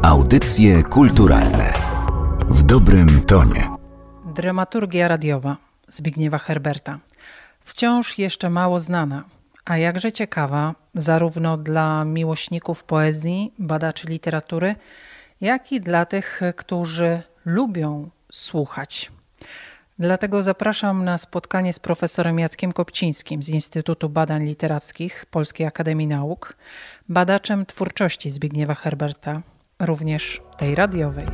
Audycje kulturalne w dobrym tonie. Dramaturgia radiowa Zbigniewa Herberta. Wciąż jeszcze mało znana, a jakże ciekawa zarówno dla miłośników poezji, badaczy literatury, jak i dla tych, którzy lubią słuchać. Dlatego zapraszam na spotkanie z profesorem Jackiem Kopcińskim z Instytutu Badań Literackich Polskiej Akademii Nauk, badaczem twórczości Zbigniewa Herberta, również tej radiowej.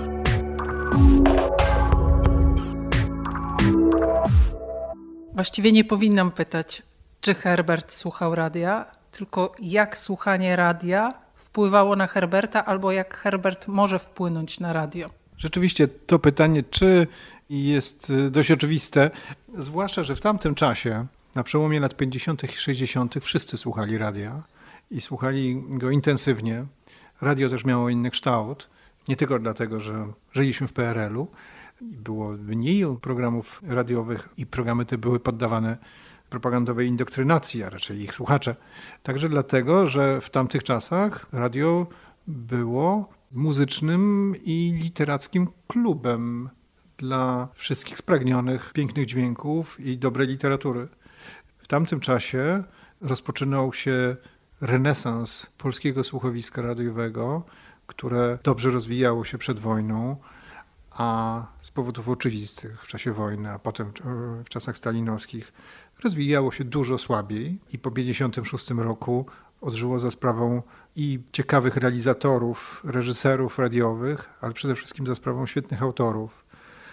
Właściwie nie powinnam pytać, czy Herbert słuchał radia, tylko jak słuchanie radia wpływało na Herberta, albo jak Herbert może wpłynąć na radio. Rzeczywiście to pytanie, czy jest dość oczywiste, zwłaszcza, że w tamtym czasie, na przełomie lat 50. i 60. wszyscy słuchali radia i słuchali go intensywnie. Radio też miało inny kształt, nie tylko dlatego, że żyliśmy w PRL-u, było mniej programów radiowych i programy te były poddawane propagandowej indoktrynacji, a raczej ich słuchacze. Także dlatego, że w tamtych czasach radio było muzycznym i literackim klubem dla wszystkich spragnionych pięknych dźwięków i dobrej literatury. W tamtym czasie rozpoczynał się renesans polskiego słuchowiska radiowego, które dobrze rozwijało się przed wojną, a z powodów oczywistych w czasie wojny, a potem w czasach stalinowskich rozwijało się dużo słabiej i po 1956 roku odżyło za sprawą i ciekawych realizatorów, reżyserów radiowych, ale przede wszystkim za sprawą świetnych autorów,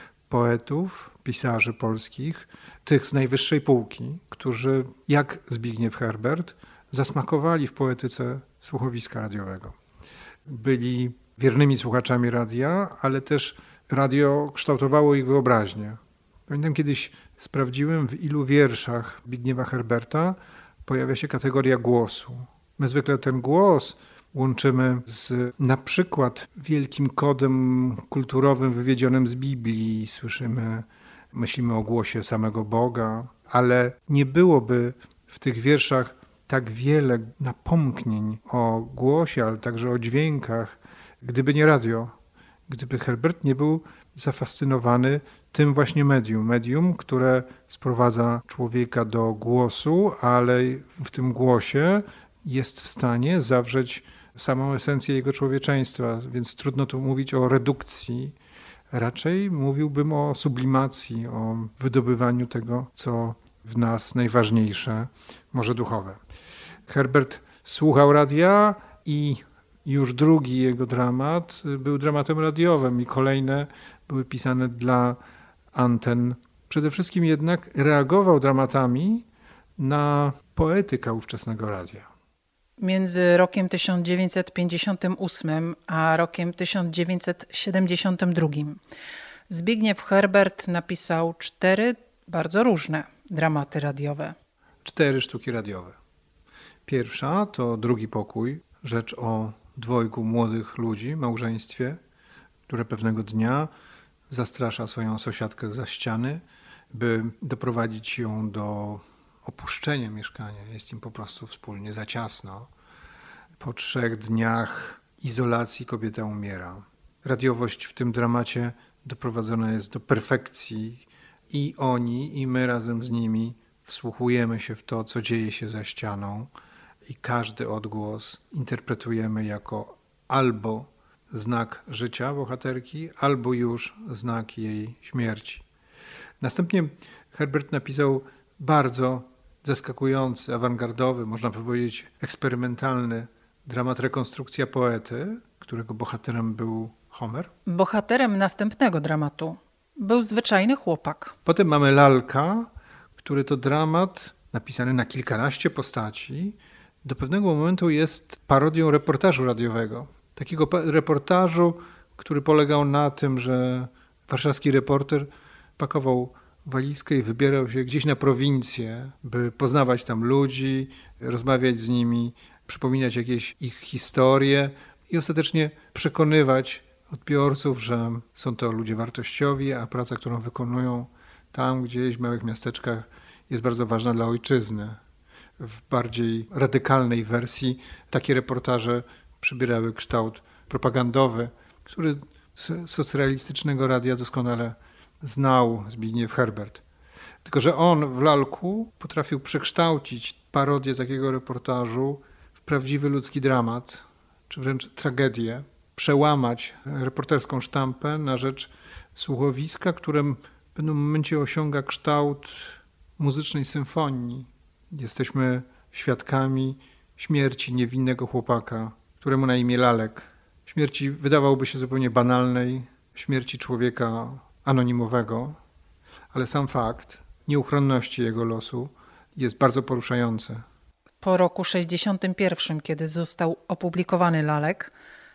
poetów, pisarzy polskich, tych z najwyższej półki, którzy, jak Zbigniew Herbert, zasmakowali w poetyce słuchowiska radiowego. Byli wiernymi słuchaczami radia, ale też radio kształtowało ich wyobraźnię. Pamiętam, kiedyś sprawdziłem, w ilu wierszach Zbigniewa Herberta pojawia się kategoria głosu. My zwykle ten głos łączymy z na przykład wielkim kodem kulturowym wywiedzionym z Biblii. Myślimy o głosie samego Boga, ale nie byłoby w tych wierszach tak wiele napomknień o głosie, ale także o dźwiękach, gdyby nie radio, gdyby Herbert nie był zafascynowany tym właśnie medium, które sprowadza człowieka do głosu, ale w tym głosie jest w stanie zawrzeć samą esencję jego człowieczeństwa, więc trudno tu mówić o redukcji. Raczej mówiłbym o sublimacji, o wydobywaniu tego, co w nas najważniejsze, może duchowe. Herbert słuchał radia i już drugi jego dramat był dramatem radiowym i kolejne były pisane dla anten. Przede wszystkim jednak reagował dramatami na poetykę ówczesnego radia. Między rokiem 1958 a rokiem 1972 Zbigniew Herbert napisał 4 bardzo różne dramaty radiowe. 4 sztuki radiowe. Pierwsza to Drugi pokój, rzecz o dwojgu młodych ludzi, małżeństwie, które pewnego dnia zastrasza swoją sąsiadkę zza ściany, by doprowadzić ją do opuszczenia mieszkania. Jest im po prostu wspólnie za ciasno. Po 3 dniach izolacji kobieta umiera. Radiowość w tym dramacie doprowadzona jest do perfekcji i oni, i my razem z nimi wsłuchujemy się w to, co dzieje się za ścianą i każdy odgłos interpretujemy jako albo znak życia bohaterki, albo już znak jej śmierci. Następnie Herbert napisał bardzo zaskakujący, awangardowy, można powiedzieć eksperymentalny dramat Rekonstrukcja poety, którego bohaterem był Homer. Bohaterem następnego dramatu był zwyczajny chłopak. Potem mamy Lalka, który to dramat napisany na kilkanaście postaci, do pewnego momentu jest parodią reportażu radiowego. Takiego reportażu, który polegał na tym, że warszawski reporter pakował walizkę i wybierał się gdzieś na prowincję, by poznawać tam ludzi, rozmawiać z nimi, przypominać jakieś ich historie i ostatecznie przekonywać odbiorców, że są to ludzie wartościowi, a praca, którą wykonują tam gdzieś w małych miasteczkach, jest bardzo ważna dla ojczyzny. W bardziej radykalnej wersji takie reportaże przybierały kształt propagandowy, który z socrealistycznego radia doskonale znał Zbigniew Herbert. Tylko że on w Lalku potrafił przekształcić parodię takiego reportażu w prawdziwy ludzki dramat, czy wręcz tragedię, przełamać reporterską sztampę na rzecz słuchowiska, które w pewnym momencie osiąga kształt muzycznej symfonii. Jesteśmy świadkami śmierci niewinnego chłopaka, któremu na imię Lalek. Śmierci wydawałoby się zupełnie banalnej, śmierci człowieka anonimowego, ale sam fakt nieuchronności jego losu jest bardzo poruszający. Po roku 1961, kiedy został opublikowany Lalek,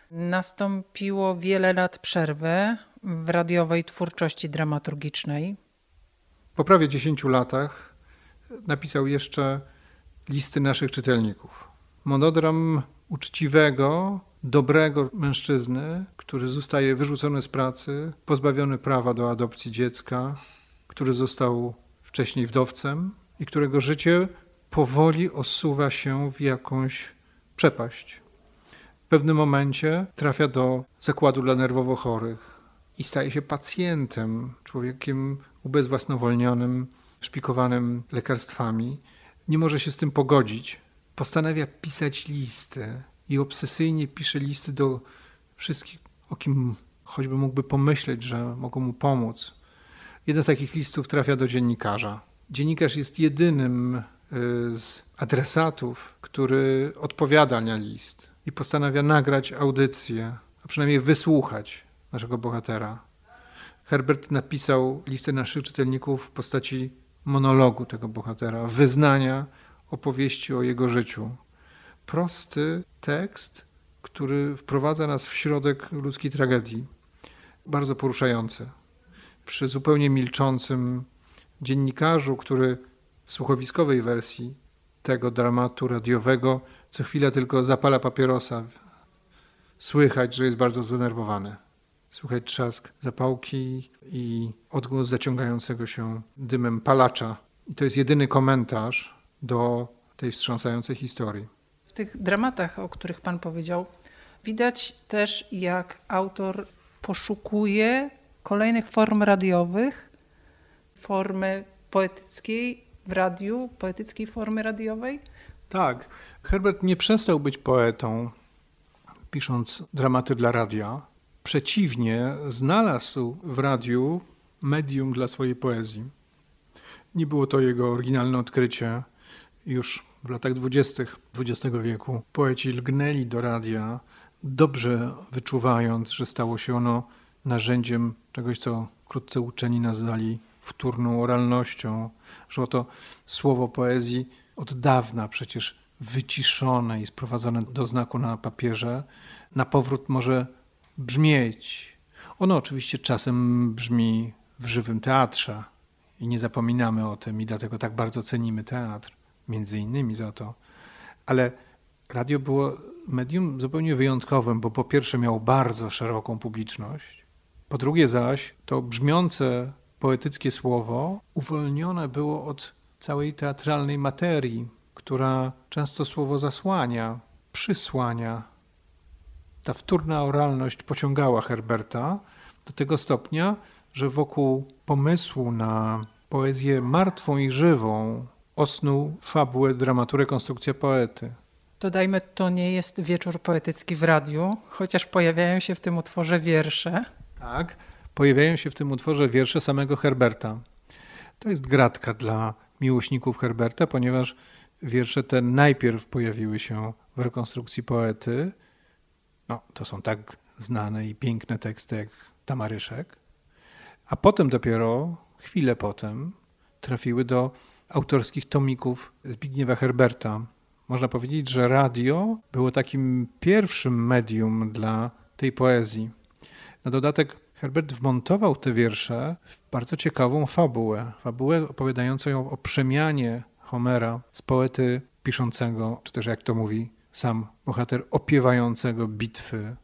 nastąpiło wiele lat przerwy w radiowej twórczości dramaturgicznej. Po prawie 10 latach napisał jeszcze Listy naszych czytelników. Monodram uczciwego, dobrego mężczyzny, który zostaje wyrzucony z pracy, pozbawiony prawa do adopcji dziecka, który został wcześniej wdowcem i którego życie powoli osuwa się w jakąś przepaść. W pewnym momencie trafia do zakładu dla nerwowo chorych i staje się pacjentem, człowiekiem ubezwłasnowolnionym, szpikowanym lekarstwami. Nie może się z tym pogodzić. Postanawia pisać listy i obsesyjnie pisze listy do wszystkich, o kim choćby mógłby pomyśleć, że mogą mu pomóc. Jeden z takich listów trafia do dziennikarza. Dziennikarz jest jedynym z adresatów, który odpowiada na list i postanawia nagrać audycję, a przynajmniej wysłuchać naszego bohatera. Herbert napisał Listę naszych czytelników w postaci monologu tego bohatera, wyznania opowieści o jego życiu. Prosty tekst, który wprowadza nas w środek ludzkiej tragedii. Bardzo poruszający. Przy zupełnie milczącym dziennikarzu, który w słuchowiskowej wersji tego dramatu radiowego co chwilę tylko zapala papierosa. Słychać, że jest bardzo zdenerwowany. Słychać trzask zapałki i odgłos zaciągającego się dymem palacza. I to jest jedyny komentarz do tej wstrząsającej historii. W tych dramatach, o których pan powiedział, widać też, jak autor poszukuje kolejnych form radiowych, formy poetyckiej w radiu, poetyckiej formy radiowej. Tak, Herbert nie przestał być poetą, pisząc dramaty dla radia. Przeciwnie, znalazł w radiu medium dla swojej poezji. Nie było to jego oryginalne odkrycie. Już w latach 20. XX wieku poeci lgnęli do radia, dobrze wyczuwając, że stało się ono narzędziem czegoś, co wkrótce uczeni nazwali wtórną oralnością, że oto słowo poezji od dawna przecież wyciszone i sprowadzone do znaku na papierze, na powrót może brzmieć. Ono oczywiście czasem brzmi w żywym teatrze i nie zapominamy o tym i dlatego tak bardzo cenimy teatr, między innymi za to. Ale radio było medium zupełnie wyjątkowym, bo po pierwsze miało bardzo szeroką publiczność, po drugie zaś to brzmiące poetyckie słowo uwolnione było od całej teatralnej materii, która często słowo zasłania, przysłania. Ta wtórna oralność pociągała Herberta do tego stopnia, że wokół pomysłu na poezję martwą i żywą osnuł fabułę, dramaturę, konstrukcja poety. Dodajmy, to nie jest wieczór poetycki w radiu, chociaż pojawiają się w tym utworze wiersze. Tak, pojawiają się w tym utworze wiersze samego Herberta. To jest gratka dla miłośników Herberta, ponieważ wiersze te najpierw pojawiły się w rekonstrukcji poety. No, to są tak znane i piękne teksty jak Tamaryszek. A potem dopiero, chwilę potem, trafiły do autorskich tomików Zbigniewa Herberta. Można powiedzieć, że radio było takim pierwszym medium dla tej poezji. Na dodatek Herbert wmontował te wiersze w bardzo ciekawą fabułę. Fabułę opowiadającą o przemianie Homera z poety piszącego, czy też jak to mówi sam bohater, opiewającego bitwy,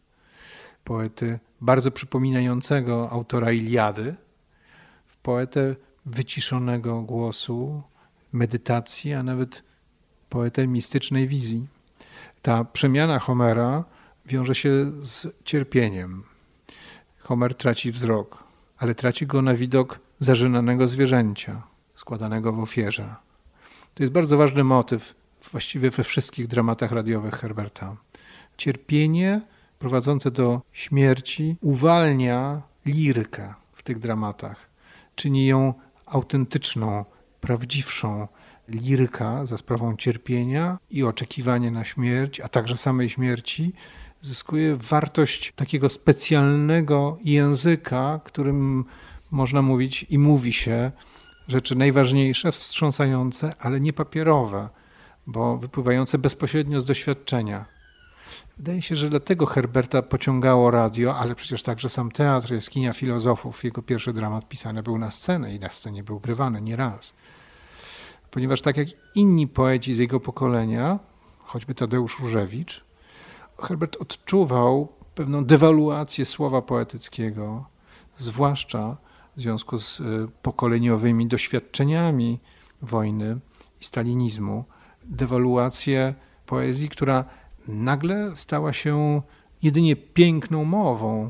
poety bardzo przypominającego autora Iliady, w poetę wyciszonego głosu, medytacji, a nawet poetę mistycznej wizji. Ta przemiana Homera wiąże się z cierpieniem. Homer traci wzrok, ale traci go na widok zażynanego zwierzęcia, składanego w ofierze. To jest bardzo ważny motyw właściwie we wszystkich dramatach radiowych Herberta. Cierpienie prowadzące do śmierci uwalnia lirykę w tych dramatach. Czyni ją autentyczną, prawdziwszą. Liryka za sprawą cierpienia i oczekiwania na śmierć, a także samej śmierci, zyskuje wartość takiego specjalnego języka, którym można mówić i mówi się rzeczy najważniejsze, wstrząsające, ale nie papierowe, bo wypływające bezpośrednio z doświadczenia. Wydaje się, że dlatego Herberta pociągało radio, ale przecież także sam teatr, jaskinia filozofów. Jego pierwszy dramat pisany był na scenę i na scenie był grywany nieraz. Ponieważ tak jak inni poeci z jego pokolenia, choćby Tadeusz Różewicz, Herbert odczuwał pewną dewaluację słowa poetyckiego, zwłaszcza w związku z pokoleniowymi doświadczeniami wojny i stalinizmu. Dewaluację poezji, która nagle stała się jedynie piękną mową,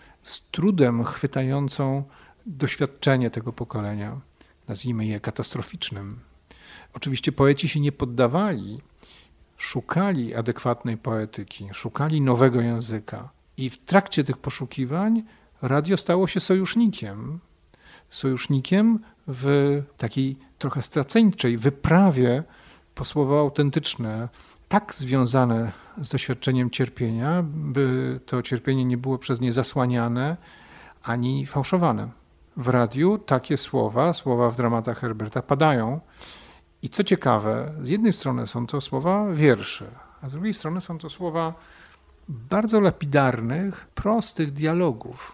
z trudem chwytającą doświadczenie tego pokolenia, nazwijmy je katastroficznym. Oczywiście poeci się nie poddawali, szukali adekwatnej poetyki, szukali nowego języka i w trakcie tych poszukiwań radio stało się sojusznikiem. Sojusznikiem w takiej trochę straceńczej wyprawie po słowa autentyczne, tak związane z doświadczeniem cierpienia, by to cierpienie nie było przez nie zasłaniane ani fałszowane. W radiu takie słowa w dramatach Herberta padają. I co ciekawe, z jednej strony są to słowa wierszy, a z drugiej strony są to słowa bardzo lapidarnych, prostych dialogów.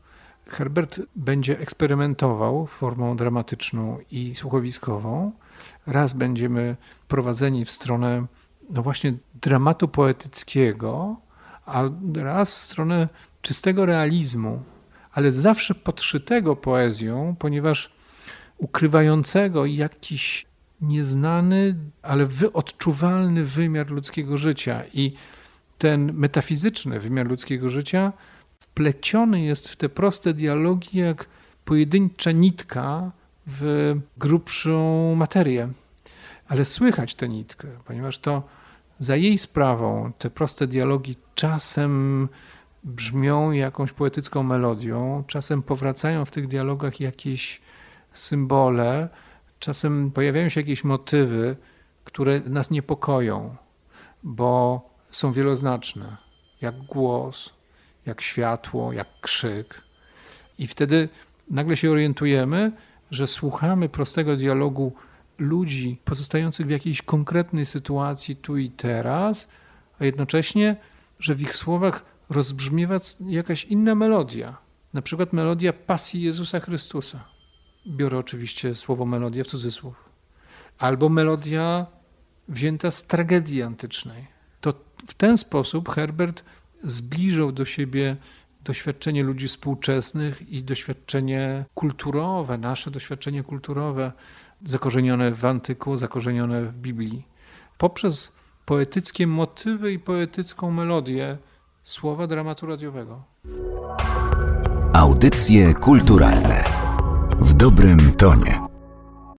Herbert będzie eksperymentował formą dramatyczną i słuchowiskową. Raz będziemy prowadzeni w stronę właśnie dramatu poetyckiego, a raz w stronę czystego realizmu, ale zawsze podszytego poezją, ponieważ ukrywającego jakiś nieznany, ale wyodczuwalny wymiar ludzkiego życia. I ten metafizyczny wymiar ludzkiego życia wpleciony jest w te proste dialogi jak pojedyncza nitka w grubszą materię. Ale słychać tę nitkę, ponieważ to za jej sprawą te proste dialogi czasem brzmią jakąś poetycką melodią, czasem powracają w tych dialogach jakieś symbole, czasem pojawiają się jakieś motywy, które nas niepokoją, bo są wieloznaczne, jak głos, jak światło, jak krzyk. I wtedy nagle się orientujemy, że słuchamy prostego dialogu ludzi pozostających w jakiejś konkretnej sytuacji tu i teraz, a jednocześnie, że w ich słowach rozbrzmiewa jakaś inna melodia, na przykład melodia pasji Jezusa Chrystusa. Biorę oczywiście słowo melodia w cudzysłów. Albo melodia wzięta z tragedii antycznej. To w ten sposób Herbert zbliżył do siebie doświadczenie ludzi współczesnych i doświadczenie kulturowe, nasze doświadczenie kulturowe, zakorzenione w antyku, zakorzenione w Biblii. Poprzez poetyckie motywy i poetycką melodię słowa dramatu radiowego. Audycje kulturalne w dobrym tonie.